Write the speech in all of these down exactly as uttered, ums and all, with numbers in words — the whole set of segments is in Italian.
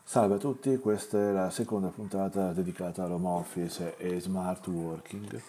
Salve a tutti, questa è la seconda puntata dedicata all'home office e smart working.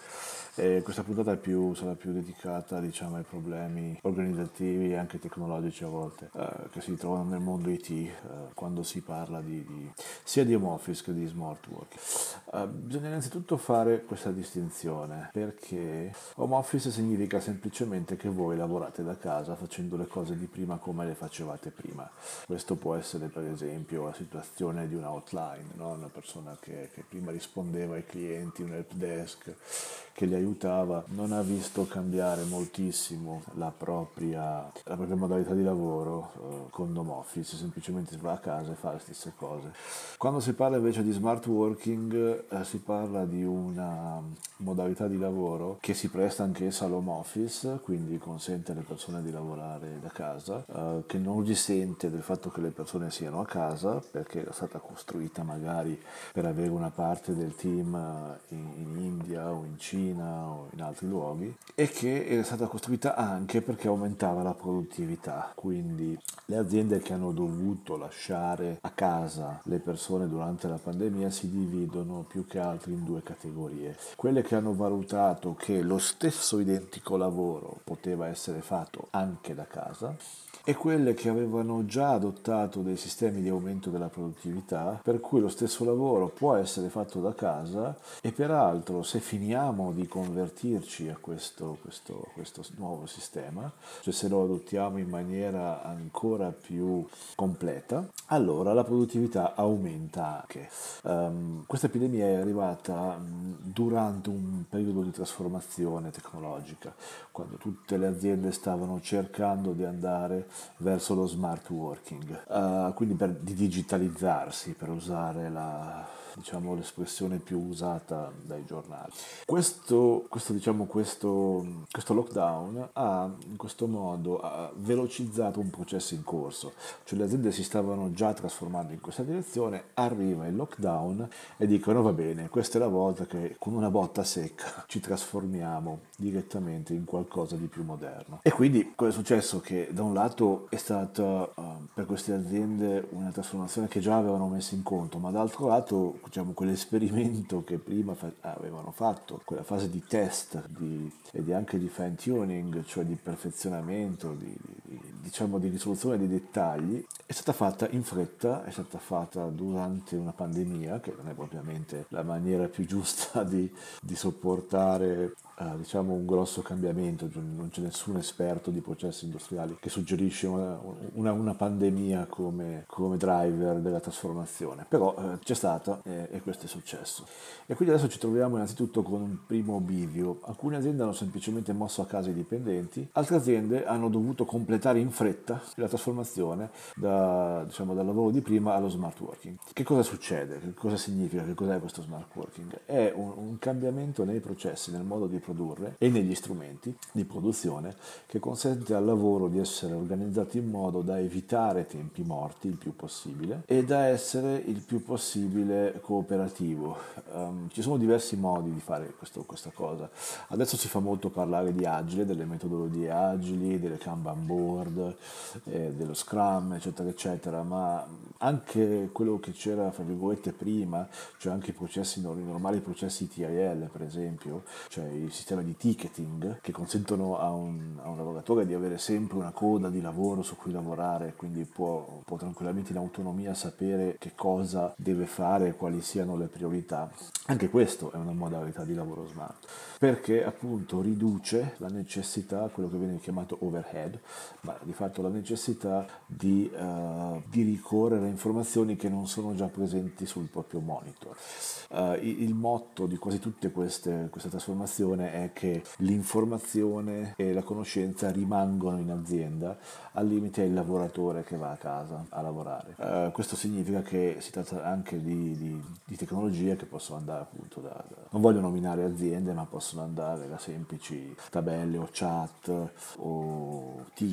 E questa puntata è più, sarà più dedicata, diciamo, ai problemi organizzativi e anche tecnologici a volte eh, che si trovano nel mondo I T eh, quando si parla di, di- sia di home office che di smart working. Eh, bisogna innanzitutto fare questa distinzione perché home office significa semplicemente che voi lavorate da casa facendo le cose di prima come le facevate prima. Questo può essere per esempio la situazione di una hotline, no? Una persona che, che prima rispondeva ai clienti, un help desk che li aiutava, non ha visto cambiare moltissimo la propria, la propria modalità di lavoro eh, con home office, semplicemente va a casa e fa le stesse cose. Quando si parla invece di smart working eh, si parla di una modalità di lavoro che si presta anch'essa all'home office, quindi consente alle persone di lavorare da casa, eh, che non risente del fatto che le persone siano a casa, perché è stata costruita magari per avere una parte del team eh, in, in India o in Cina o in altri luoghi, e che è stata costruita anche perché aumentava la produttività. Quindi le aziende che hanno dovuto lasciare a casa le persone durante la pandemia si dividono più che altro in due categorie. Quelle che hanno valutato che lo stesso identico lavoro poteva essere fatto anche da casa e quelle che avevano già adottato dei sistemi di aumento della produttività, per cui lo stesso lavoro può essere fatto da casa e peraltro se finiamo di convertirci a questo, questo, questo nuovo sistema, cioè se lo adottiamo in maniera ancora più completa, allora la produttività aumenta anche. Um, questa epidemia è arrivata um, durante un periodo di trasformazione tecnologica, quando tutte le aziende stavano cercando di andare verso lo smart working, uh, quindi per di digitalizzarsi, per usare la, diciamo, l'espressione più usata dai giornali. Questo, questo, diciamo, questo, questo lockdown ha in questo modo ha velocizzato un processo in corso, cioè le aziende si stavano già trasformando in questa direzione, arriva il lockdown e dicono va bene, questa è la volta che con una botta secca ci trasformiamo direttamente in qualcosa di più moderno. E quindi cosa è successo? Che da un lato è stata uh, per queste aziende una trasformazione che già avevano messo in conto, ma dall'altro lato diciamo quell'esperimento che prima fa- avevano fatto, quella fase di test di, e di anche di fine tuning, cioè di perfezionamento, di, di, diciamo di risoluzione dei dettagli, è stata fatta in fretta, è stata fatta durante una pandemia, che non è propriamente la maniera più giusta di, di sopportare eh, diciamo un grosso cambiamento, cioè non c'è nessun esperto di processi industriali che suggerisce una, una- una pandemia come, come driver della trasformazione, però eh, c'è stata eh, e questo è successo. E quindi adesso ci troviamo innanzitutto con un primo bivio. Alcune aziende hanno semplicemente mosso a casa i dipendenti, altre aziende hanno dovuto completare in fretta la trasformazione da, diciamo, dal lavoro di prima allo smart working. Che cosa succede? Che cosa significa? Che cos'è questo smart working? È un, un cambiamento nei processi, nel modo di produrre e negli strumenti di produzione che consente al lavoro di essere organizzato in modo da evitare tempi morti il più possibile e da essere il più possibile cooperativo. Um, ci sono diversi modi di fare questo, questa cosa. Adesso si fa molto parlare di agile, delle metodologie agili, delle Kanban board, eh, dello Scrum, eccetera, eccetera, ma anche quello che c'era, fra virgolette, prima, cioè anche i processi, i normali processi T I L, per esempio, cioè i sistemi di ticketing che consentono a un, a un lavoratore di avere sempre una coda di lavoro su cui lavorare, quindi può, può tranquillamente in autonomia sapere che cosa deve fare e quali siano le priorità. Anche questo è una modalità di lavoro smart, perché appunto riduce la necessità, quello che viene chiamato overhead, ma di fatto la necessità di, eh, di ricorrere a informazioni che non sono già presenti sul proprio monitor. Eh, il, il motto di quasi tutte queste, questa trasformazione è che l'informazione e la conoscenza rimangono in azienda, al limite è il lavoratore che va a casa a lavorare. Eh, questo significa che si tratta anche di, di, di tecnologie che possono andare appunto da, da, non voglio nominare aziende, ma possono andare da semplici tabelle o chat o tickets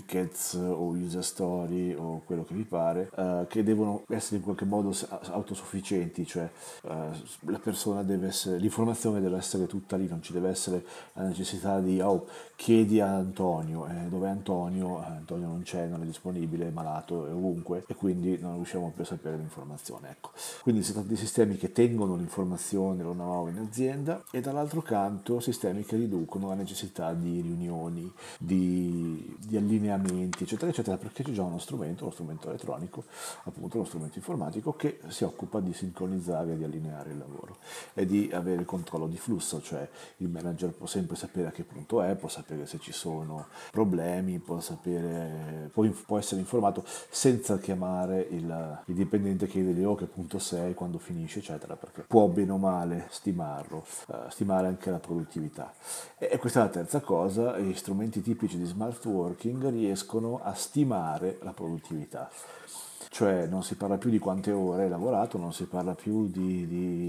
tickets o user story o quello che vi pare, eh, che devono essere in qualche modo autosufficienti, cioè eh, la persona deve essere, l'informazione deve essere tutta lì, non ci deve essere la necessità di oh, chiedi a Antonio, eh, dove è Antonio? Eh, Antonio non c'è, non è disponibile, è malato, è ovunque e quindi non riusciamo più a sapere l'informazione. Ecco. Quindi si tratta di sistemi che tengono l'informazione, lo know-how in azienda e dall'altro canto sistemi che riducono la necessità di riunioni, di, di allineamenti, eccetera, eccetera, perché c'è già uno strumento, lo strumento elettronico, appunto lo strumento informatico che si occupa di sincronizzare e di allineare il lavoro e di avere il controllo di flusso, cioè il manager può sempre sapere a che punto è, può sapere se ci sono problemi, può sapere, può, può essere informato senza chiamare il, il dipendente che chiede oh, che punto sei, quando finisce, eccetera, perché può bene o male stimarlo, uh, stimare anche la produttività. E, e questa è la terza cosa, gli strumenti tipici di smart working riescono a stimare la produttività. Cioè non si parla più di quante ore hai lavorato, non si parla più di,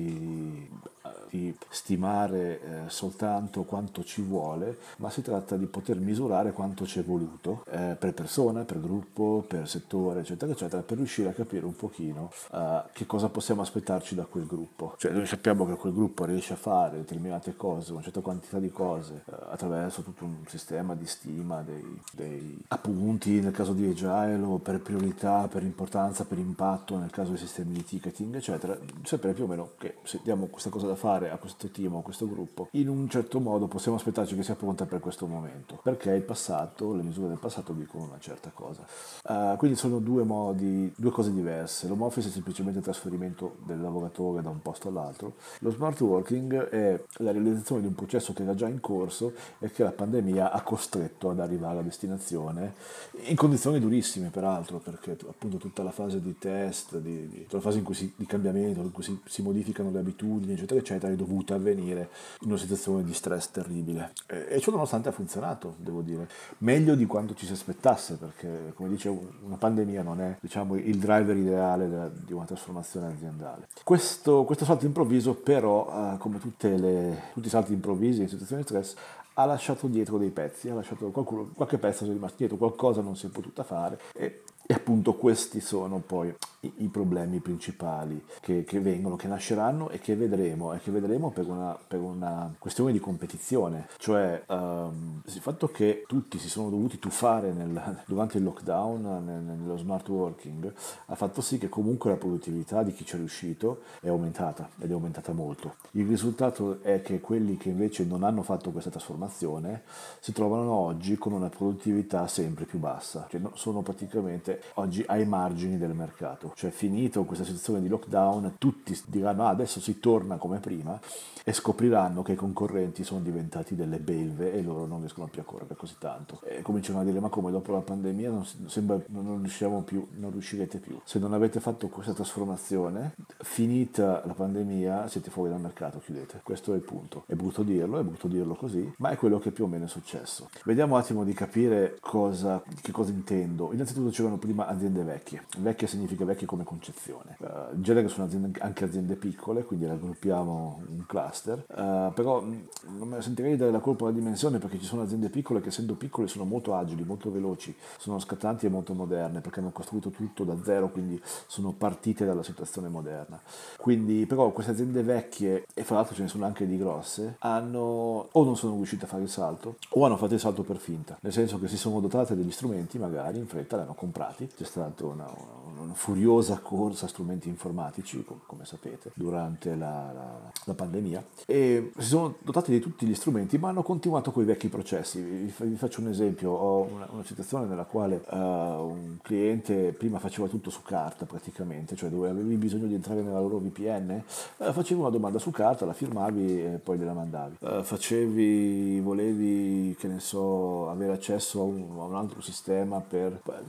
di, di stimare eh, soltanto quanto ci vuole, ma si tratta di poter misurare quanto ci è voluto eh, per persona, per gruppo, per settore, eccetera, eccetera, per riuscire a capire un pochino eh, che cosa possiamo aspettarci da quel gruppo. Cioè noi sappiamo che quel gruppo riesce a fare determinate cose, una certa quantità di cose, eh, attraverso tutto un sistema di stima dei, dei appunti, nel caso di Agile, o per priorità, per importanza, per impatto nel caso dei sistemi di ticketing, eccetera, sapere più o meno che se diamo questa cosa da fare a questo team o a questo gruppo, in un certo modo possiamo aspettarci che sia pronta per questo momento, perché il passato, le misure del passato dicono una certa cosa. Uh, quindi sono due modi, due cose diverse. L'home office è semplicemente il trasferimento del lavoratore da un posto all'altro. Lo smart working è la realizzazione di un processo che era già in corso e che la pandemia ha costretto ad arrivare a destinazione in condizioni durissime, peraltro, perché appunto tutta la fase di test, di, di, tutta la fase in cui si, di cambiamento, in cui si, si modificano le abitudini, eccetera, eccetera, è dovuta avvenire in una situazione di stress terribile. E, e ciò nonostante ha funzionato, devo dire, meglio di quanto ci si aspettasse, perché, come dicevo, una pandemia non è, diciamo, il driver ideale della, di una trasformazione aziendale. Questo, questo salto improvviso, però, eh, come tutte le, tutti i salti improvvisi in situazioni di stress, ha lasciato dietro dei pezzi, ha lasciato qualcuno, qualche pezzo è rimasto dietro, qualcosa non si è potuta fare e, e appunto questi sono poi i, i problemi principali che, che vengono, che nasceranno e che vedremo, e che vedremo per una, per una questione di competizione, cioè um, il fatto che tutti si sono dovuti tuffare nel, durante il lockdown, nel, nello smart working, ha fatto sì che comunque la produttività di chi ci è riuscito è aumentata ed è aumentata molto. Il risultato è che quelli che invece non hanno fatto questa trasformazione si trovano oggi con una produttività sempre più bassa, cioè sono praticamente oggi ai margini del mercato, cioè finito questa situazione di lockdown tutti diranno ah, adesso si torna come prima e scopriranno che i concorrenti sono diventati delle belve e loro non riescono più a correre così tanto e cominciano a dire ma come dopo la pandemia non, sembra, non riusciamo più, non riuscirete più, se non avete fatto questa trasformazione finita la pandemia siete fuori dal mercato, chiudete, questo è il punto, è brutto dirlo, è brutto dirlo così, ma è quello che più o meno è successo. Vediamo un attimo di capire cosa, che cosa intendo. Innanzitutto c'erano prima aziende vecchie, vecchie significa vecchie come concezione, uh, in genere sono aziende, anche aziende piccole, quindi raggruppiamo un cluster, uh, però mh, non me la sentirei dare la colpa alla dimensione perché ci sono aziende piccole che essendo piccole sono molto agili, molto veloci, sono scattanti e molto moderne perché hanno costruito tutto da zero, quindi sono partite dalla situazione moderna. Quindi però queste aziende vecchie, e fra l'altro ce ne sono anche di grosse, hanno o non sono riuscite a fare il salto o hanno fatto il salto per finta, nel senso che si sono dotate degli strumenti magari in fretta, li hanno comprati, c'è stata una, una, una furiosa corsa a strumenti informatici come, come sapete durante la, la, la pandemia e si sono dotati di tutti gli strumenti ma hanno continuato con i vecchi processi. Vi, vi faccio un esempio, ho una, una situazione nella quale uh, un cliente prima faceva tutto su carta praticamente, cioè dove avevi bisogno di entrare nella loro V P N, uh, facevi una domanda su carta, la firmavi e poi gliela mandavi. Uh, facevi, volevi, che ne so, avere accesso a un, a un altro sistema per... nessun problema,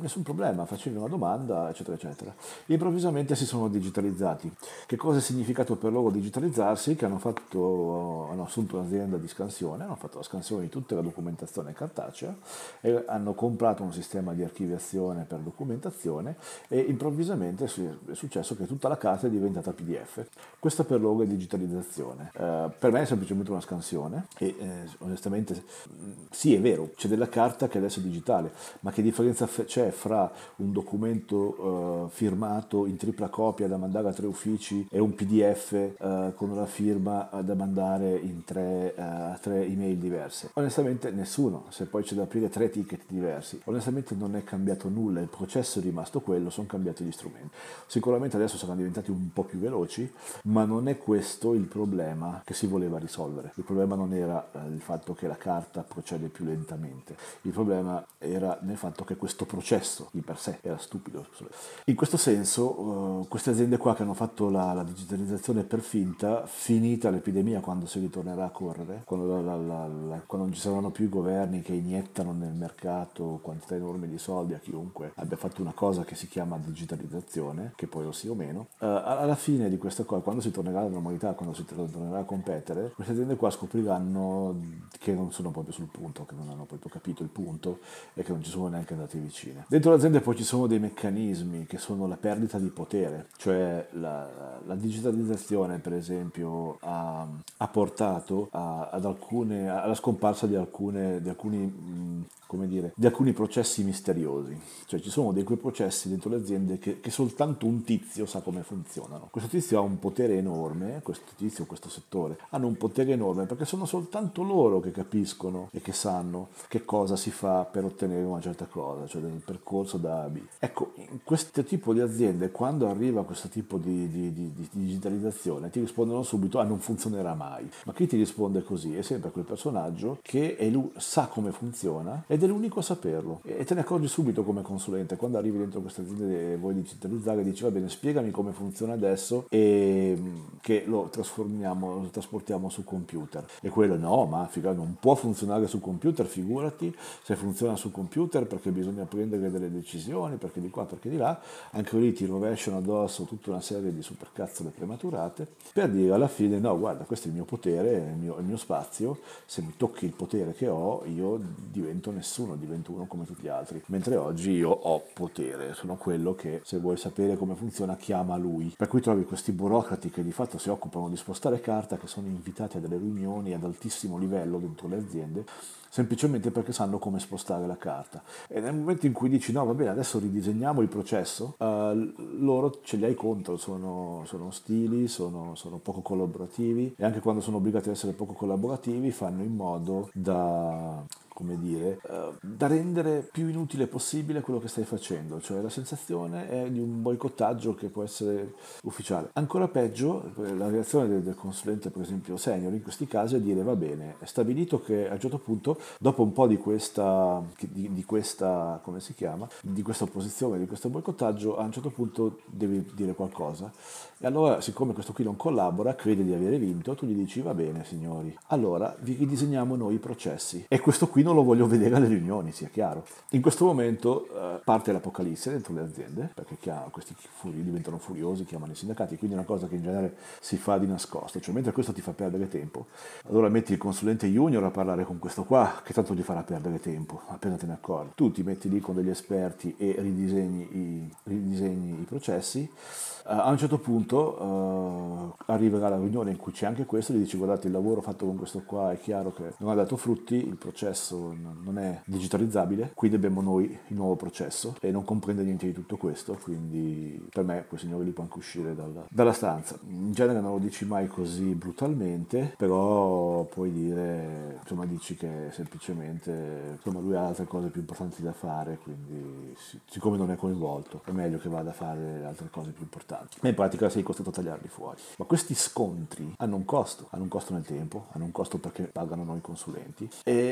problema, facendo una domanda, eccetera, eccetera. Improvvisamente si sono digitalizzati. Che cosa ha significato per loro digitalizzarsi? Che hanno fatto, hanno assunto un'azienda di scansione, hanno fatto la scansione di tutta la documentazione cartacea e hanno comprato un sistema di archiviazione per documentazione e improvvisamente è successo che tutta la carta è diventata P D F. Questa per loro è digitalizzazione. Eh, per me è semplicemente una scansione e eh, onestamente sì, è vero, c'è della carta che adesso è digitale, ma che differenza c'è fra un documento eh, firmato in tripla copia da mandare a tre uffici e un P D F eh, con una firma da mandare in tre, eh, a tre email diverse? Onestamente nessuno, se poi c'è da aprire tre ticket diversi. Onestamente non è cambiato nulla, il processo è rimasto quello, sono cambiati gli strumenti. Sicuramente adesso saranno diventati un po' più veloci, ma non è questo il problema che si voleva risolvere. Il problema non era eh, il fatto che la carta procede più lentamente, il problema era nel fatto che questo processo di per sé era stupido. In questo senso, eh, queste aziende qua che hanno fatto la, la digitalizzazione per finta, finita l'epidemia, quando si ritornerà a correre, quando, la, la, la, la, quando non ci saranno più i governi che iniettano nel mercato quantità enormi di soldi a chiunque abbia fatto una cosa che si chiama digitalizzazione, che poi lo sia o meno, eh, alla fine di questa cosa, quando si tornerà alla normalità, quando si tornerà a competere, queste aziende qua scopriranno che non sono proprio sul punto, che non hanno proprio capito il punto e che non ci sono neanche andati vicine. Dentro l'azienda poi ci sono dei meccanismi che sono la perdita di potere, cioè la, la digitalizzazione per esempio ha, ha portato a, ad alcune, alla scomparsa di, alcune, di alcuni mh, come dire, di alcuni processi misteriosi, cioè ci sono dei quei processi dentro le aziende che, che soltanto un tizio sa come funzionano. Questo tizio ha un potere enorme, questo tizio, questo settore, hanno un potere enorme perché sono soltanto loro che capiscono e che sanno che cosa si fa per ottenere una certa cosa, cioè del percorso da A a B. Ecco, in questo tipo di aziende, quando arriva questo tipo di, di, di, di digitalizzazione, ti rispondono subito, ah, non funzionerà mai. Ma chi ti risponde così? È sempre quel personaggio che è lui, sa come funziona ed è l'unico a saperlo. E te ne accorgi subito come consulente, quando arrivi dentro queste aziende e vuoi digitalizzare, dici, va bene, spiegami come funziona adesso e che lo trasformiamo, lo trasportiamo su computer. E quello no, ma figa, non può funzionare su computer, figurati, se funziona su computer perché bisogna prendere delle decisioni, perché di qua, perché di là, anche lì ti rovesciano addosso tutta una serie di supercazzole prematurate, per dire alla fine, no, guarda, questo è il mio potere, è il mio, il mio spazio, se mi tocchi il potere che ho, io divento nessuno, divento uno come tutti gli altri, mentre oggi io ho potere, sono quello che se vuoi sapere come funziona chiama lui, per cui trovi questi burocrati che di fatto si occupano di spostare carta, che sono invitati a delle riunioni ad altissimo livello dentro le aziende, semplicemente perché sanno come spostare la carta. E nel momento in cui dici no, va bene, adesso ridisegniamo il processo, eh, loro ce li hai contro, sono, sono ostili, sono, sono poco collaborativi e anche quando sono obbligati ad essere poco collaborativi fanno in modo da, come dire, eh, da rendere più inutile possibile quello che stai facendo, cioè la sensazione è di un boicottaggio che può essere ufficiale. Ancora peggio, la reazione del, del consulente, per esempio senior, in questi casi è dire va bene, è stabilito che a un certo punto, dopo un po' di questa, di, di questa, come si chiama, di questa opposizione, di questo boicottaggio, a un certo punto devi dire qualcosa. E allora, siccome questo qui non collabora, crede di avere vinto, tu gli dici va bene signori, allora vi ridisegniamo noi i processi. E questo qui non lo voglio vedere alle riunioni, sia chiaro. In questo momento eh, parte l'apocalisse dentro le aziende, perché chiaro, questi furi diventano furiosi, chiamano i sindacati, quindi è una cosa che in genere si fa di nascosto, cioè mentre questo ti fa perdere tempo, allora metti il consulente junior a parlare con questo qua, che tanto gli farà perdere tempo, appena te ne accorgi. Tu ti metti lì con degli esperti e ridisegni i, ridisegni i processi. Uh, a un certo punto uh, arriverà la riunione in cui c'è anche questo, gli dici guardate il lavoro fatto con questo qua è chiaro che non ha dato frutti, il processo non è digitalizzabile, quindi abbiamo noi il nuovo processo e non comprende niente di tutto questo, quindi per me quel signore lì può anche uscire dalla, dalla stanza. In genere non lo dici mai così brutalmente, però puoi dire, insomma dici che semplicemente insomma lui ha altre cose più importanti da fare, quindi siccome non è coinvolto è meglio che vada a fare altre cose più importanti. Ma in pratica sei costretto a tagliarli fuori. Ma questi scontri hanno un costo, hanno un costo nel tempo, hanno un costo perché pagano noi consulenti e, e questo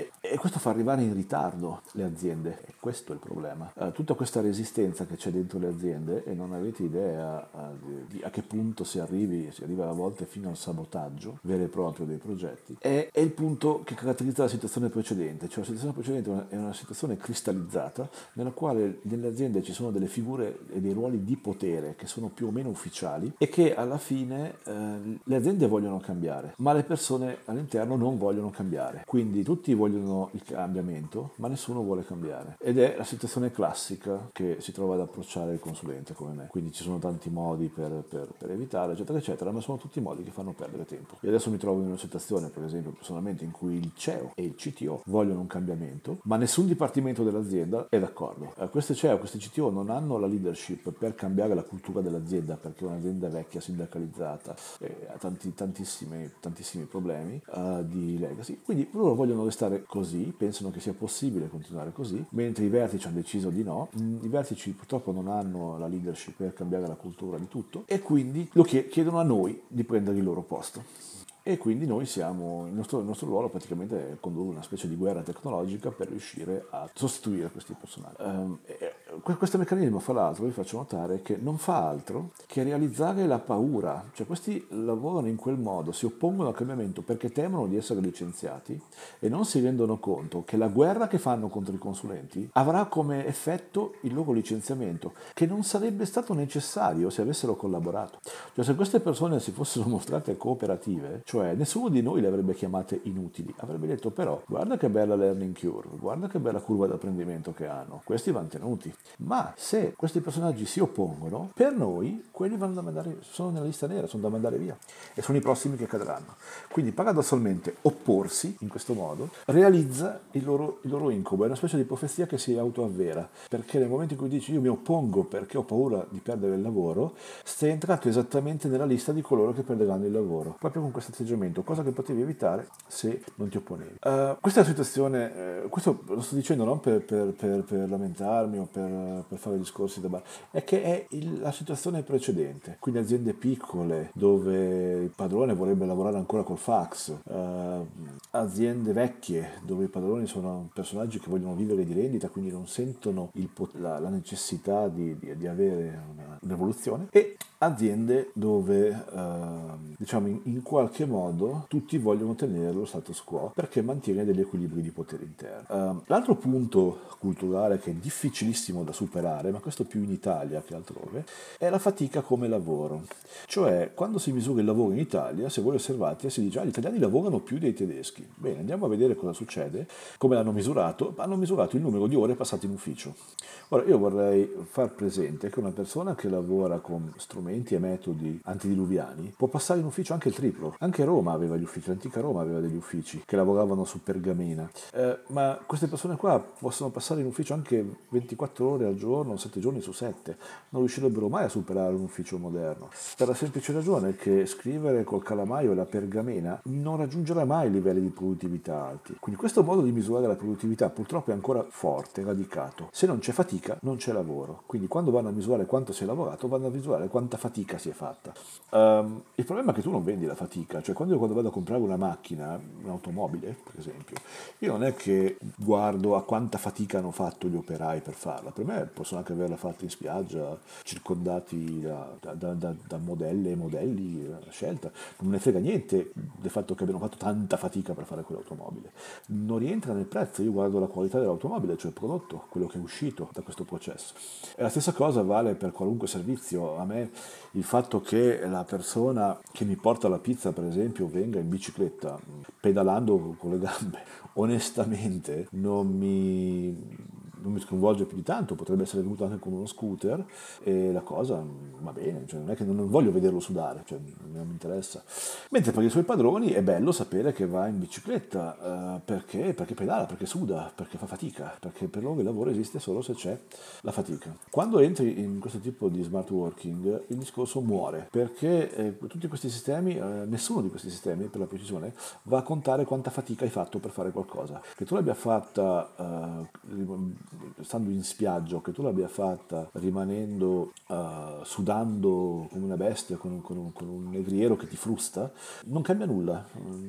questo fa arrivare in ritardo le aziende, e questo è il problema. Uh, tutta questa resistenza che c'è dentro le aziende, e non avete idea uh, di, di a che punto si arrivi, si arriva a volte fino al sabotaggio vero e proprio dei progetti, è, è il punto che caratterizza la situazione precedente. Cioè la situazione precedente è una, è una situazione cristallizzata nella quale nelle aziende ci sono delle figure e dei ruoli di potere che sono più o meno ufficiali e che alla fine eh, le aziende vogliono cambiare, ma le persone all'interno non vogliono cambiare. Quindi tutti vogliono il cambiamento, ma nessuno vuole cambiare. Ed è la situazione classica che si trova ad approcciare il consulente come me. Quindi ci sono tanti modi per, per, per evitare, eccetera, eccetera, ma sono tutti modi che fanno perdere tempo. Io adesso mi trovo in una situazione, per esempio, personalmente, in cui il C E O e il C T O vogliono un cambiamento, ma nessun dipartimento dell'azienda è d'accordo. Eh, questi C E O e questi C T O non hanno la leadership per cambiare la cultura dell'azienda, perché è un'azienda vecchia, sindacalizzata, eh, ha tanti, tantissimi, tantissimi problemi uh, di legacy. Quindi loro vogliono restare così, pensano che sia possibile continuare così, mentre i vertici hanno deciso di no. I vertici purtroppo non hanno la leadership per cambiare la cultura di tutto e quindi lo chiedono a noi di prendere il loro posto. E quindi noi siamo, il nostro, il nostro ruolo praticamente è condurre una specie di guerra tecnologica per riuscire a sostituire questi personaggi. Um, e, questo meccanismo, fra l'altro, vi faccio notare che non fa altro che realizzare la paura. Cioè questi lavorano in quel modo, si oppongono al cambiamento perché temono di essere licenziati e non si rendono conto che la guerra che fanno contro i consulenti avrà come effetto il loro licenziamento, che non sarebbe stato necessario se avessero collaborato. Cioè se queste persone si fossero mostrate cooperative, cioè nessuno di noi le avrebbe chiamate inutili, avrebbe detto però guarda che bella learning curve, guarda che bella curva d'apprendimento che hanno, questi vanno tenuti. Ma se questi personaggi si oppongono, per noi quelli vanno da mandare, sono nella lista nera, sono da mandare via e sono i prossimi che cadranno. Quindi paradossalmente opporsi in questo modo realizza il loro, il loro incubo, è una specie di profezia che si autoavvera, perché nel momento in cui dici io mi oppongo perché ho paura di perdere il lavoro, sei entrato esattamente nella lista di coloro che perderanno il lavoro, proprio con questo atteggiamento, cosa che potevi evitare se non ti opponevi. Uh, questa è la situazione, uh, questo lo sto dicendo non per, per, per, per lamentarmi o per, per fare discorsi da bar, è che è il, la situazione precedente, quindi aziende piccole dove il padrone vorrebbe lavorare ancora col fax, uh, aziende vecchie dove i padroni sono personaggi che vogliono vivere di rendita, quindi non sentono il, la, la necessità di, di, di avere una, un'evoluzione, e aziende dove uh, diciamo in, in qualche modo tutti vogliono tenere lo status quo perché mantiene degli equilibri di potere interno. Uh, l'altro punto culturale che è difficilissimo da superare, ma questo più in Italia che altrove, è la fatica come lavoro. Cioè, quando si misura il lavoro in Italia, se voi osservate, si dice ah, gli italiani lavorano più dei tedeschi. Bene, andiamo a vedere cosa succede, come l'hanno misurato. Hanno misurato il numero di ore passate in ufficio. Ora, io vorrei far presente che una persona che lavora con strumenti e metodi antidiluviani può passare in ufficio anche il triplo. Anche Roma aveva gli uffici, l'antica Roma aveva degli uffici che lavoravano su pergamena. Eh, ma queste persone qua possono passare in ufficio anche ventiquattro ore al giorno, sette giorni su sette. Non riuscirebbero mai a superare un ufficio moderno. Per la semplice ragione che scrivere col calamaio e la pergamena non raggiungerà mai livelli di produttività alti. Quindi questo modo di misurare la produttività purtroppo è ancora forte, radicato. Se non c'è fatica, non c'è lavoro. Quindi quando vanno a misurare quanto si è lavorato, vanno a misurare quanta fatica si è fatta. Um, il problema è che tu non vendi la fatica. Cioè quando io quando vado a comprare una macchina, un'automobile per esempio, io non è che guardo a quanta fatica hanno fatto gli operai per farla. Per me possono anche averla fatta in spiaggia, circondati da, da, da, da modelle e modelli a scelta. Non me ne frega niente del fatto che abbiano fatto tanta fatica per fare quell'automobile. Non rientra nel prezzo, io guardo la qualità dell'automobile, cioè il prodotto, quello che è uscito da questo processo. E la stessa cosa vale per qualunque servizio. A me il fatto che la persona che mi porta la pizza, per esempio, venga in bicicletta, pedalando con le gambe, onestamente non mi... non mi sconvolge più di tanto, potrebbe essere venuto anche con uno scooter e la cosa va bene, cioè non è che non voglio vederlo sudare, cioè non mi interessa. Mentre per i suoi padroni è bello sapere che va in bicicletta, uh, perché? Perché pedala, perché suda, perché fa fatica, perché per loro il lavoro esiste solo se c'è la fatica. Quando entri in questo tipo di smart working il discorso muore, perché eh, tutti questi sistemi, eh, nessuno di questi sistemi per la precisione va a contare quanta fatica hai fatto per fare qualcosa. Che tu l'abbia fatta uh, stando in spiaggia o che tu l'abbia fatta rimanendo uh, sudando come una bestia con un, con, un, con un negriero che ti frusta, non cambia nulla.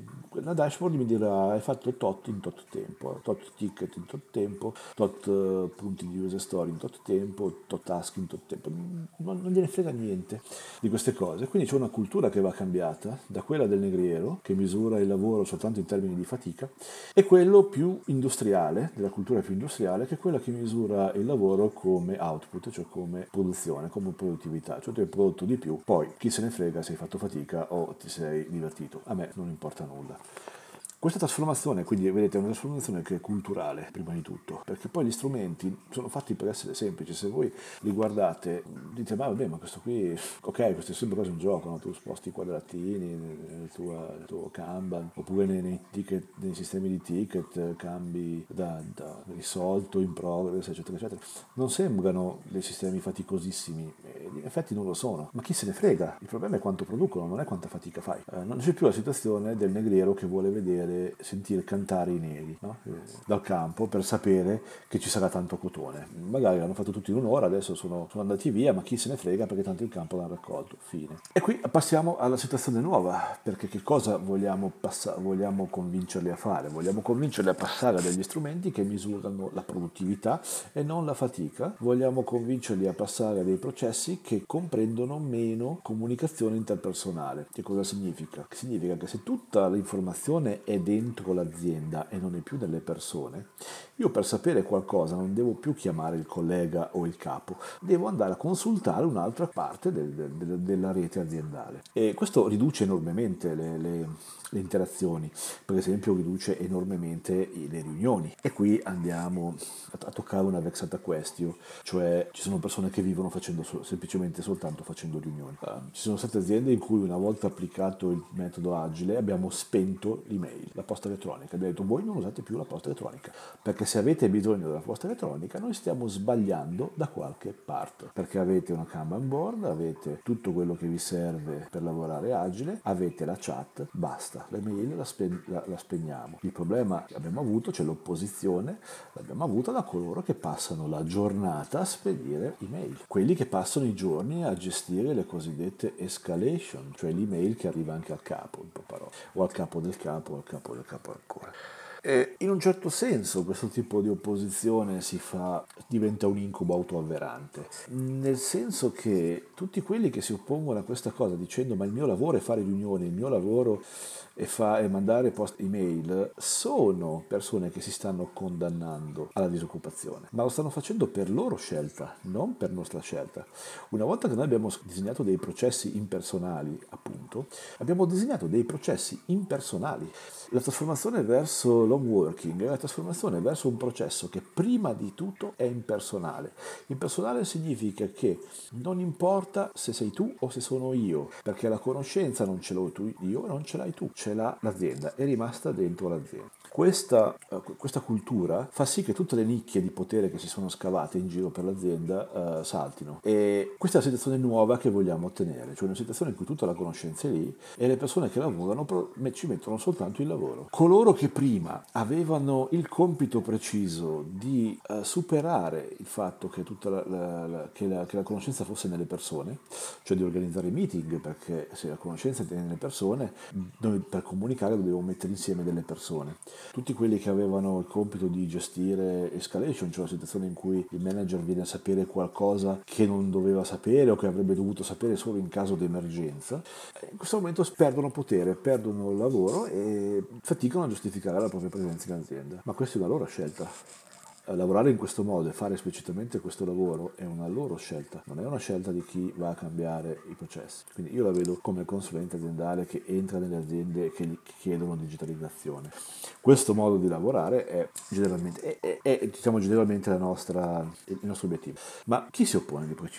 La dashboard mi dirà hai fatto tot in tot tempo, tot ticket in tot tempo, tot uh, punti di user story in tot tempo, tot task in tot tempo, non, non gliene frega niente di queste cose. Quindi c'è una cultura che va cambiata da quella del negriero che misura il lavoro soltanto in termini di fatica e quello più industriale, della cultura più industriale, che è quella che misura il lavoro come output, cioè come produzione, come produttività, cioè tu hai prodotto di più, poi chi se ne frega se hai fatto fatica o ti sei divertito, a me non importa nulla. Questa trasformazione, quindi vedete, è una trasformazione che è culturale, prima di tutto, perché poi gli strumenti sono fatti per essere semplici. Se voi li guardate, dite, ma vabbè, ma questo qui, ok, queste sono sempre cose in gioco, no? Tu sposti i quadratini nel tuo, nel tuo Kanban, oppure nei, nei, ticket, nei sistemi di ticket, cambi da, da risolto, in progress, eccetera, eccetera. Non sembrano dei sistemi faticosissimi, in effetti non lo sono, ma chi se ne frega? Il problema è quanto producono, non è quanta fatica fai. Eh, non c'è più la situazione del negriero che vuole vedere sentire cantare i neri, no? eh, dal campo per sapere che ci sarà tanto cotone. Magari l'hanno fatto tutti in un'ora, adesso sono, sono andati via, ma chi se ne frega perché tanto il campo l'hanno raccolto. Fine. E qui passiamo alla situazione nuova, perché che cosa vogliamo, passa- vogliamo convincerli a fare? Vogliamo convincerli a passare a degli strumenti che misurano la produttività e non la fatica. Vogliamo convincerli a passare a dei processi che comprendono meno comunicazione interpersonale. Che cosa significa? Significa che se tutta l'informazione è dentro l'azienda e non è più nelle persone, io per sapere qualcosa non devo più chiamare il collega o il capo, devo andare a consultare un'altra parte del, del, della rete aziendale. E questo riduce enormemente le, le, le interazioni, per esempio riduce enormemente le riunioni. E qui andiamo a, a toccare una vexata question, cioè ci sono persone che vivono facendo so, semplicemente soltanto facendo riunioni. Uh, ci sono state aziende in cui una volta applicato il metodo agile abbiamo spento l'email, la posta elettronica, abbiamo detto voi non usate più la posta elettronica, perché se avete bisogno della posta elettronica noi stiamo sbagliando da qualche parte, perché avete una Kanban board, avete tutto quello che vi serve per lavorare agile, avete la chat, basta, l'email la, spe- la, la spegniamo. Il problema che abbiamo avuto, cioè l'opposizione, l'abbiamo avuta da coloro che passano la giornata a spedire email, quelli che passano i giorni a gestire le cosiddette escalation, cioè l'email che arriva anche al capo, in poche parole, o al capo del capo o al capo del capo ancora. E in un certo senso questo tipo di opposizione si fa, diventa un incubo autoavverante, nel senso che tutti quelli che si oppongono a questa cosa dicendo ma il mio lavoro è fare riunioni, il mio lavoro è, fa- è mandare post email, sono persone che si stanno condannando alla disoccupazione, ma lo stanno facendo per loro scelta, non per nostra scelta. Una volta che noi abbiamo disegnato dei processi impersonali, appunto, abbiamo disegnato dei processi impersonali. La trasformazione verso l'home working è la trasformazione verso un processo che prima di tutto è impersonale. Impersonale significa che non importa se sei tu o se sono io, perché la conoscenza non ce l'ho tu, io non ce l'hai tu, ce l'ha l'azienda, è rimasta dentro l'azienda. Questa, questa cultura fa sì che tutte le nicchie di potere che si sono scavate in giro per l'azienda uh, saltino. E questa è la situazione nuova che vogliamo ottenere, cioè una situazione in cui tutta la conoscenza è lì e le persone che lavorano ci mettono soltanto il lavoro. Coloro che prima avevano il compito preciso di uh, superare il fatto che, tutta la, la, la, che, la, che la conoscenza fosse nelle persone, cioè di organizzare meeting, perché se la conoscenza è nelle persone, noi per comunicare dobbiamo mettere insieme delle persone. Tutti quelli che avevano il compito di gestire escalation, cioè la situazione in cui il manager viene a sapere qualcosa che non doveva sapere o che avrebbe dovuto sapere solo in caso di emergenza, in questo momento perdono potere, perdono il lavoro e faticano a giustificare la propria presenza in azienda. Ma questa è una loro scelta. Lavorare in questo modo e fare esplicitamente questo lavoro è una loro scelta, non è una scelta di chi va a cambiare i processi. Quindi io la vedo come consulente aziendale che entra nelle aziende che gli chiedono digitalizzazione. Questo modo di lavorare è generalmente, è, è, è, diciamo, generalmente la nostra, il nostro obiettivo. Ma chi si oppone di preciso?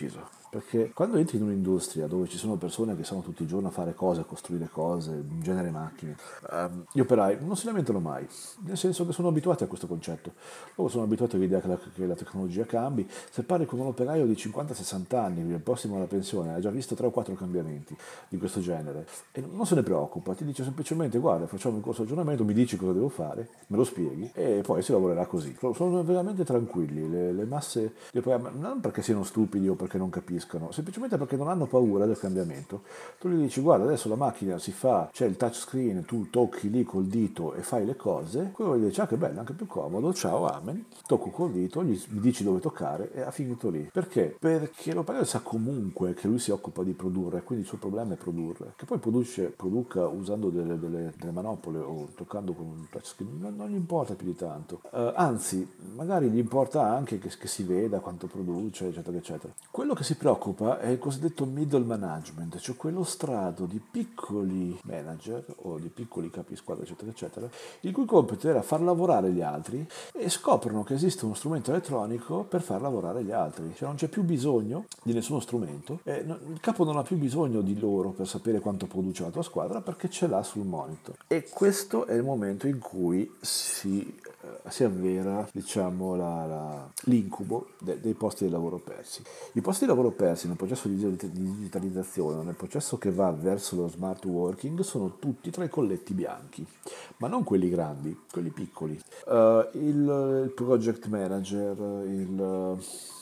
perché quando entri in un'industria dove ci sono persone che sono tutti i giorni a fare cose, a costruire cose, in genere macchine, ehm, gli operai non si lamentano mai, nel senso che sono abituati a questo concetto. Loro sono abituati all'idea che la, che la tecnologia cambi. Se parli con un operaio di cinquanta sessanta anni, prossimo alla pensione, ha già visto tre o quattro cambiamenti di questo genere e non se ne preoccupa, ti dice semplicemente guarda, facciamo un corso di aggiornamento, mi dici cosa devo fare, me lo spieghi e poi si lavorerà così. Sono sono veramente tranquilli, le, le masse di operai, non perché siano stupidi o perché non capiscano, semplicemente perché non hanno paura del cambiamento. Tu gli dici guarda, adesso la macchina si fa, c'è il touchscreen, tu tocchi lì col dito e fai le cose, quello gli dice ah che bello, anche più comodo, ciao, amen, tocco col dito, gli gli dici dove toccare e ha finito lì. Perché? Perché l'operaio sa comunque che lui si occupa di produrre, quindi il suo problema è produrre. Che poi produce, produca usando delle, delle- delle manopole o toccando con un touchscreen, non, non gli importa più di tanto. Eh, anzi, magari gli importa anche che, che si veda quanto produce, eccetera, eccetera. Quello che si preoccupa è il cosiddetto middle management, cioè quello strato di piccoli manager o di piccoli capi squadra, eccetera, eccetera, il cui compito era far lavorare gli altri e scoprono che esiste uno strumento elettronico per far lavorare gli altri. Cioè non c'è più bisogno di nessuno strumento, e no- il capo non ha più bisogno di loro per sapere quanto produce la tua squadra perché ce l'ha sul monitor. E questo è il momento in cui si, eh, si avvera, diciamo, la- la- l'incubo de- dei posti di lavoro persi. I posti di lavoro persi nel processo di di digitalizzazione, nel processo che va verso lo smart working, sono tutti tra i colletti bianchi, ma non quelli grandi, quelli piccoli. Eh, il, il project manager, il,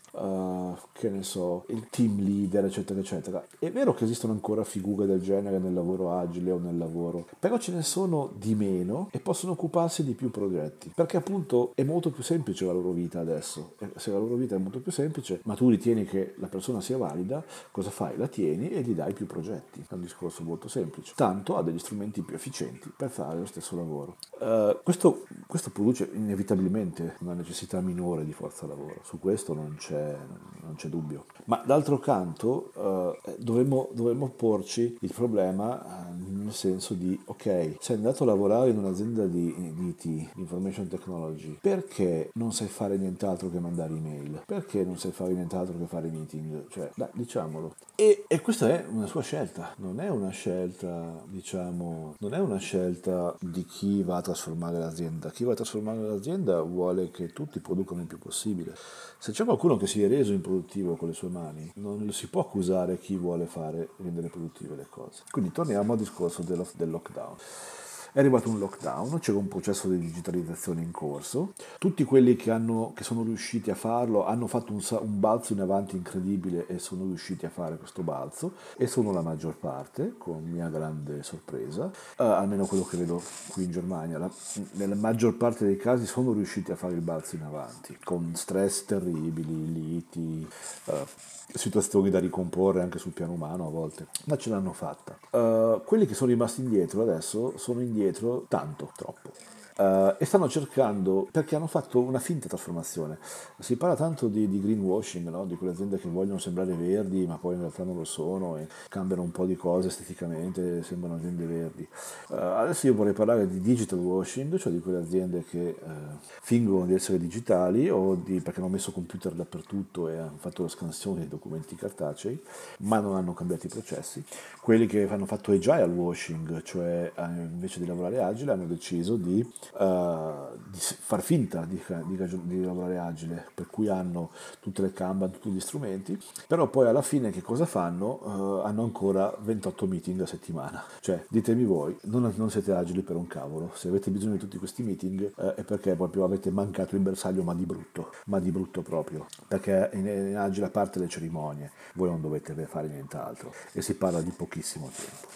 eh, che ne so, il team leader, eccetera, eccetera. È vero che esistono ancora figure del genere nel lavoro agile o nel lavoro, però ce ne sono di meno e possono occuparsi di più progetti, perché appunto è molto più semplice la loro vita adesso. E se la loro vita è molto più semplice, ma tu ritieni che la persona sia valida, cosa fai? La tieni e gli dai più progetti. È un discorso molto semplice. Tanto ha degli strumenti più efficienti per fare lo stesso lavoro. Eh, questo, questo produce inevitabilmente una necessità minore di forza lavoro, su questo non c'è, non c'è dubbio. Ma d'altro canto eh, dovremmo, dovremmo porci il problema eh, nel senso di, ok, sei andato a lavorare in un'azienda di, di I T, Information Technology, perché non sai fare nient'altro che mandare email? Perché non sai fare nient'altro che fare meeting? Cioè, dai, diciamolo. E, e questa è una sua scelta, non è una scelta, diciamo, non è una scelta di chi va a trasformare l'azienda. Chi va a trasformare l'azienda vuole che tutti producano il più possibile. Se c'è qualcuno che si è reso improduttivo con le sue mani, non lo si può accusare chi vuole fare rendere produttive le cose. Quindi torniamo al discorso dello- del lockdown. È arrivato un lockdown, c'era un processo di digitalizzazione in corso, tutti quelli che, hanno, che sono riusciti a farlo hanno fatto un, sa- un balzo in avanti incredibile e sono riusciti a fare questo balzo e sono la maggior parte, con mia grande sorpresa, eh, almeno quello che vedo qui in Germania, la- nella maggior parte dei casi sono riusciti a fare il balzo in avanti, con stress terribili, liti, eh, situazioni da ricomporre anche sul piano umano a volte, ma ce l'hanno fatta. Eh, quelli che sono rimasti indietro adesso sono indietro tanto, troppo. Eh, e stanno cercando, perché hanno fatto una finta trasformazione. Si parla tanto di, di greenwashing, no? Di quelle aziende che vogliono sembrare verdi, ma poi in realtà non lo sono e cambiano un po' di cose esteticamente, sembrano aziende verdi. Eh, adesso io vorrei parlare di digital washing, cioè di quelle aziende che eh, fingono di essere digitali o di, perché hanno messo computer dappertutto e hanno fatto la scansione dei documenti cartacei, ma non hanno cambiato i processi. Quelli che hanno fatto agile washing, cioè eh, invece di lavorare agile, hanno deciso di, eh, di far finta di, di- di lavorare agile, per cui hanno tutte le Kanban, tutti gli strumenti, però poi alla fine che cosa fanno? Eh, hanno ancora ventotto meeting a settimana. Cioè, ditemi voi, non, non siete agili per un cavolo. Se avete bisogno di tutti questi meeting eh, è perché proprio avete mancato il bersaglio, ma di brutto, ma di brutto proprio. Perché in, in agile, a parte le cerimonie, voi non dovete fare nient'altro e si parla di pochissimo tempo.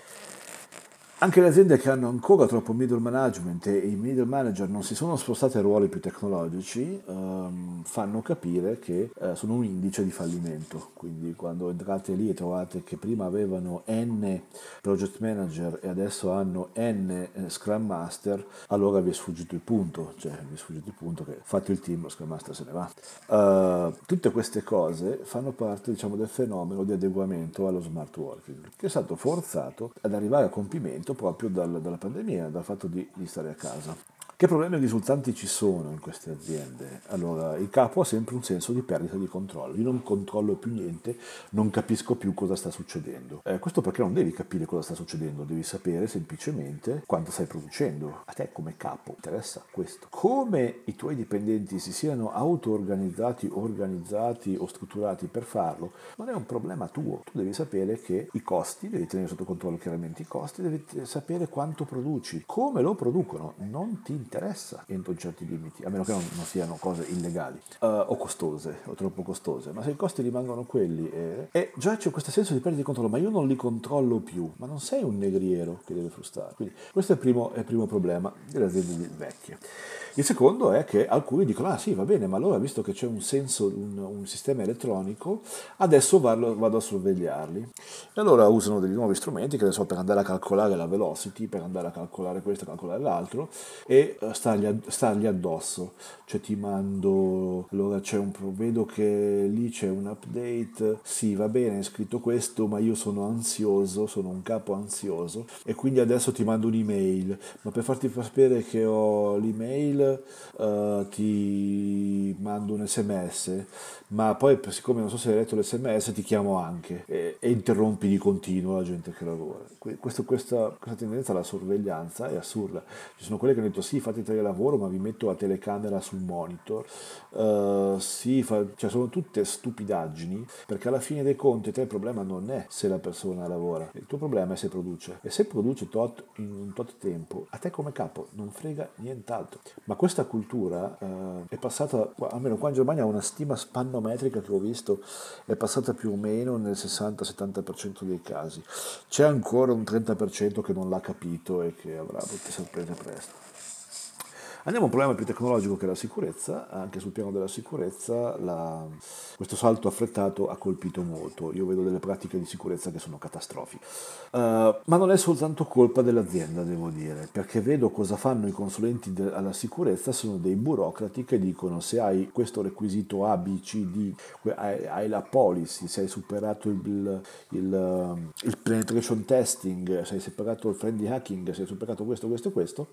Anche le aziende che hanno ancora troppo middle management e i middle manager non si sono spostati a ruoli più tecnologici, ehm, fanno capire che eh, sono un indice di fallimento. Quindi quando entrate lì e trovate che prima avevano N project manager e adesso hanno N eh, scrum master, allora vi è sfuggito il punto, cioè vi è sfuggito il punto che fate il team, lo scrum master se ne va. Eh, tutte queste cose fanno parte, diciamo, del fenomeno di adeguamento allo smart working, che è stato forzato ad arrivare a compimento proprio dal- dalla pandemia, dal fatto di, di stare a casa. Che problemi risultanti ci sono in queste aziende? Allora, il capo ha sempre un senso di perdita di controllo. Io non controllo più niente, non capisco più cosa sta succedendo. Eh, questo perché non devi capire cosa sta succedendo, devi sapere semplicemente quanto stai producendo. A te come capo interessa questo. Come i tuoi dipendenti si siano auto-organizzati, organizzati o strutturati per farlo, non è un problema tuo. Tu devi sapere che i costi, devi tenere sotto controllo chiaramente i costi, devi sapere quanto produci, come lo producono, non ti interessa entro certi limiti, a meno che non, non siano cose illegali uh, o costose o troppo costose, ma se i costi rimangono quelli e, e già c'è questo senso di perdita di controllo, ma io non li controllo più, ma non sei un negriero che deve frustare. Quindi questo è il primo, è il primo problema delle aziende vecchie. Il secondo è che alcuni dicono, ah sì, va bene, ma allora visto che c'è un senso, un, un sistema elettronico, adesso vado, vado a sorvegliarli. E allora usano degli nuovi strumenti, che ne so, per andare a calcolare la velocity, per andare a calcolare questo, calcolare l'altro, e eh, stargli, ad- stargli addosso. Cioè ti mando, allora c'è un, pro- vedo che lì c'è un update, sì, va bene, è scritto questo, ma io sono ansioso, sono un capo ansioso, e quindi adesso ti mando un'email, ma per farti sapere che ho l'email eh, ti mando un sms, ma poi siccome non so se hai letto l'sms ti chiamo anche e, e interrompi di continuo la gente che lavora. Que- questo- questa, questa tendenza alla sorveglianza è assurda. Ci sono quelle che hanno detto sì, fate telelavoro, ma vi metto la telecamera sul monitor. Eh, sì, fa- cioè sono tutte stupidaggini, perché alla fine dei conti te il problema non è se la persona lavora, il tuo problema è se produce. E se produce tot in un tot tempo, a te come capo non frega nient'altro. Ma questa cultura eh, è passata, almeno qua in Germania, una stima spannometrica che ho visto, è passata più o meno nel sessanta-settanta per cento dei casi. C'è ancora un trenta per cento che non l'ha capito e che avrà brutte sorprese presto. Andiamo a un problema più tecnologico che è la sicurezza. Anche sul piano della sicurezza la- questo salto affrettato ha colpito molto. Io vedo delle pratiche di sicurezza che sono catastrofiche. Eh, ma non è soltanto colpa dell'azienda, devo dire, perché vedo cosa fanno i consulenti de- alla sicurezza, sono dei burocrati che dicono se hai questo requisito A, B, C, D, que- hai, hai la policy, se hai superato il, il, um, il penetration testing, se hai superato il friendly hacking, se hai superato questo, questo e questo,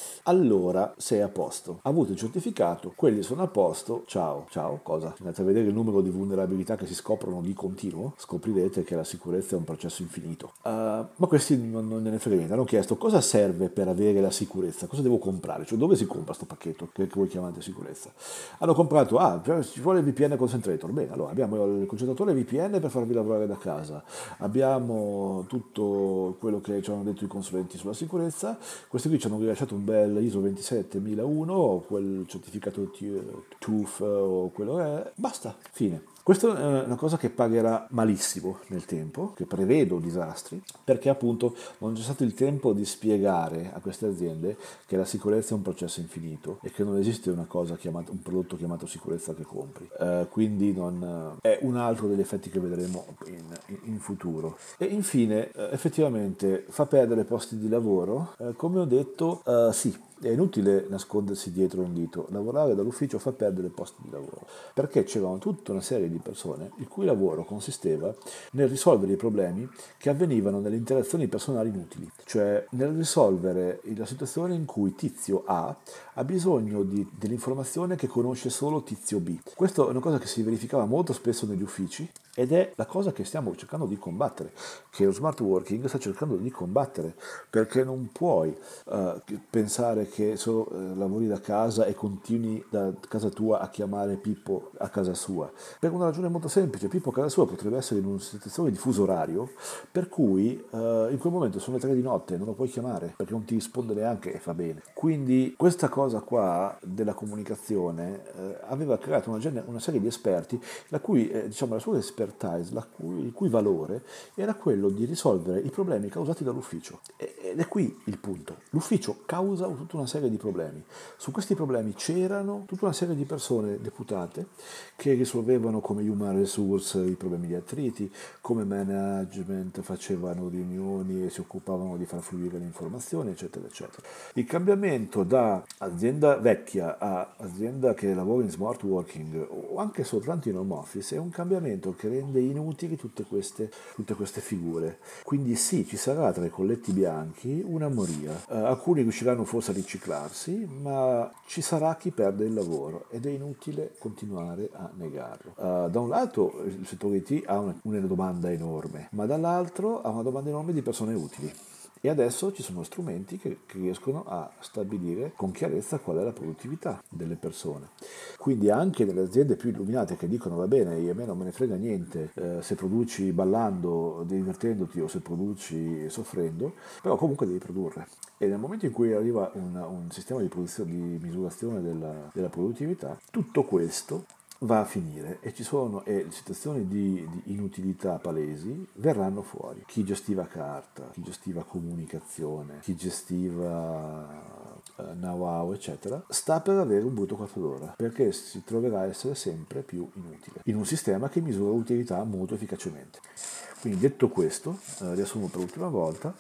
allora sei a posto. Ha avuto il certificato, quelli sono a posto, ciao, ciao, cosa? Andate a vedere il numero di vulnerabilità che si scoprono di continuo, scoprirete che la sicurezza è un processo infinito. Uh, ma questi non, non ne frega niente, hanno chiesto cosa serve per avere la sicurezza, cosa devo comprare, cioè dove si compra questo pacchetto che, che voi chiamate sicurezza. Hanno comprato, ah, cioè, ci vuole il V P N concentrator, bene, allora abbiamo il concentratore V P N per farvi lavorare da casa, abbiamo tutto quello che ci hanno detto i consulenti sulla sicurezza, questi qui ci hanno rilasciato un bel I S O ventisettemiladuno o quel certificato T U F o quello che è, basta, fine. Questa è una cosa che pagherà malissimo nel tempo, che prevedo disastri, perché appunto non c'è stato il tempo di spiegare a queste aziende che la sicurezza è un processo infinito e che non esiste una cosa chiamata, un prodotto chiamato sicurezza che compri. Eh, quindi non, è un altro degli effetti che vedremo in, in- in futuro. E infine, eh, effettivamente fa perdere posti di lavoro. Eh, come ho detto, eh, sì, è inutile nascondersi dietro un dito, lavorare dall'ufficio fa perdere posti di lavoro, perché c'erano tutta una serie di persone il cui lavoro consisteva nel risolvere i problemi che avvenivano nelle interazioni personali inutili, cioè nel risolvere la situazione in cui tizio A ha bisogno di, dell'informazione che conosce solo tizio B. Questa è una cosa che si verificava molto spesso negli uffici ed è la cosa che stiamo cercando di combattere, che lo smart working sta cercando di combattere, perché non puoi uh, pensare che solo uh, lavori da casa e continui da casa tua a chiamare Pippo a casa sua, per una ragione molto semplice. Pippo a casa sua potrebbe essere in una situazione di fuso orario, per cui uh, in quel momento sono le tre di notte, non lo puoi chiamare, perché non ti risponde neanche e fa bene. Quindi questa cosa qua della comunicazione uh, aveva creato una, gen- una serie di esperti, la cui, eh, diciamo, la sua expertise, la cui, il cui valore era quello di risolvere i problemi causati dall'ufficio. Ed è qui il punto. L'ufficio causa tutta una serie di problemi. Su questi problemi c'erano tutta una serie di persone deputate che risolvevano come human resource i problemi di attriti, come management facevano riunioni e si occupavano di far fluire le informazioni, eccetera, eccetera. Il cambiamento da azienda vecchia a azienda che lavora in smart working o anche soltanto in home office è un cambiamento che rende inutili tutte queste, tutte queste figure. Quindi sì, ci sarà tra i colletti bianchi una moria. Uh, alcuni riusciranno forse ad riciclarsi, ma ci sarà chi perde il lavoro ed è inutile continuare a negarlo. Uh, da un lato il settore I T ha una, una domanda enorme, ma dall'altro ha una domanda enorme di persone utili. E adesso ci sono strumenti che, che riescono a stabilire con chiarezza qual è la produttività delle persone. Quindi anche nelle aziende più illuminate che dicono va bene, io a me non me ne frega niente eh, se produci ballando, divertendoti o se produci soffrendo, però comunque devi produrre. E nel momento in cui arriva un, un sistema di, di misurazione della, della produttività, tutto questo va a finire e ci sono e situazioni di, di inutilità palesi verranno fuori. Chi gestiva carta, chi gestiva comunicazione, chi gestiva uh, know-how, eccetera, sta per avere un brutto quarto d'ora perché si troverà a essere sempre più inutile in un sistema che misura l'utilità molto efficacemente. Quindi detto questo, uh, riassumo per l'ultima volta,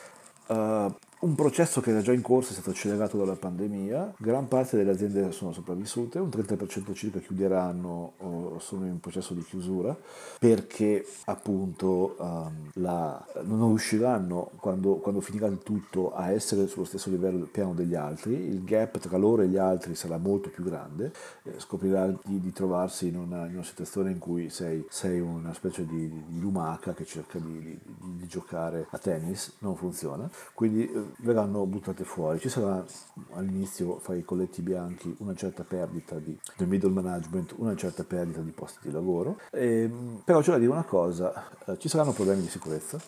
uh, un processo che era già in corso è stato accelerato dalla pandemia, gran parte delle aziende sono sopravvissute, un trenta per cento circa chiuderanno o sono in processo di chiusura perché appunto um, la, non riusciranno quando, quando finirà il tutto a essere sullo stesso livello del piano degli altri, il gap tra loro e gli altri sarà molto più grande, eh, scoprirà di, di trovarsi in una, in una situazione in cui sei, sei una specie di, di lumaca che cerca di, di, di giocare a tennis, non funziona, quindi eh, verranno buttate fuori. Ci sarà all'inizio fra i colletti bianchi una certa perdita di, del middle management, una certa perdita di posti di lavoro, e, però c'è da dire una cosa, eh, ci saranno problemi di sicurezza,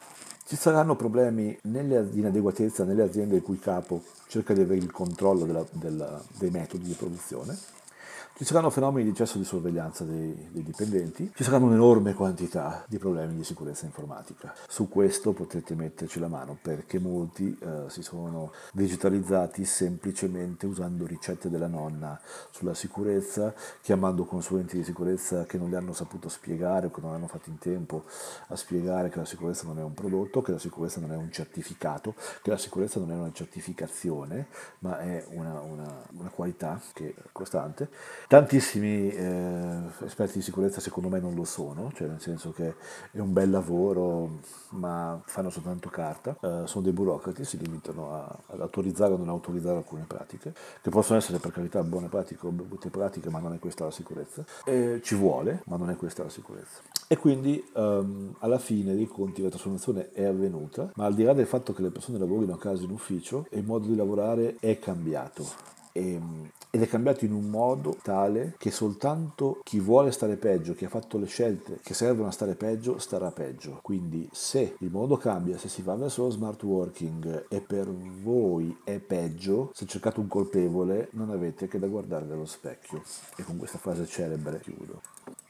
ci saranno problemi nelle, di inadeguatezza nelle aziende il cui capo cerca di avere il controllo della, della, dei metodi di produzione. Ci saranno fenomeni di eccesso di sorveglianza dei, dei dipendenti, ci saranno un'enorme quantità di problemi di sicurezza informatica. Su questo potete metterci la mano perché molti eh, si sono digitalizzati semplicemente usando ricette della nonna sulla sicurezza, chiamando consulenti di sicurezza che non li hanno saputo spiegare o che non hanno fatto in tempo a spiegare che la sicurezza non è un prodotto, che la sicurezza non è un certificato, che la sicurezza non è una certificazione, ma è una, una, una qualità che è costante. Tantissimi eh, esperti di sicurezza secondo me non lo sono, cioè nel senso che è un bel lavoro ma fanno soltanto carta, eh, sono dei burocrati, si limitano a, ad autorizzare o non autorizzare alcune pratiche, che possono essere per carità buone pratiche o brutte pratiche, ma non è questa la sicurezza. E ci vuole, ma non è questa la sicurezza. E quindi um, alla fine dei conti la trasformazione è avvenuta, ma al di là del fatto che le persone lavorino a casa in ufficio, il modo di lavorare è cambiato. E, ed è cambiato in un modo tale che soltanto chi vuole stare peggio, chi ha fatto le scelte che servono a stare peggio, starà peggio. Quindi se il mondo cambia, se si va verso lo smart working e per voi è peggio, se cercate un colpevole non avete che da guardare dallo specchio. E con questa frase celebre chiudo.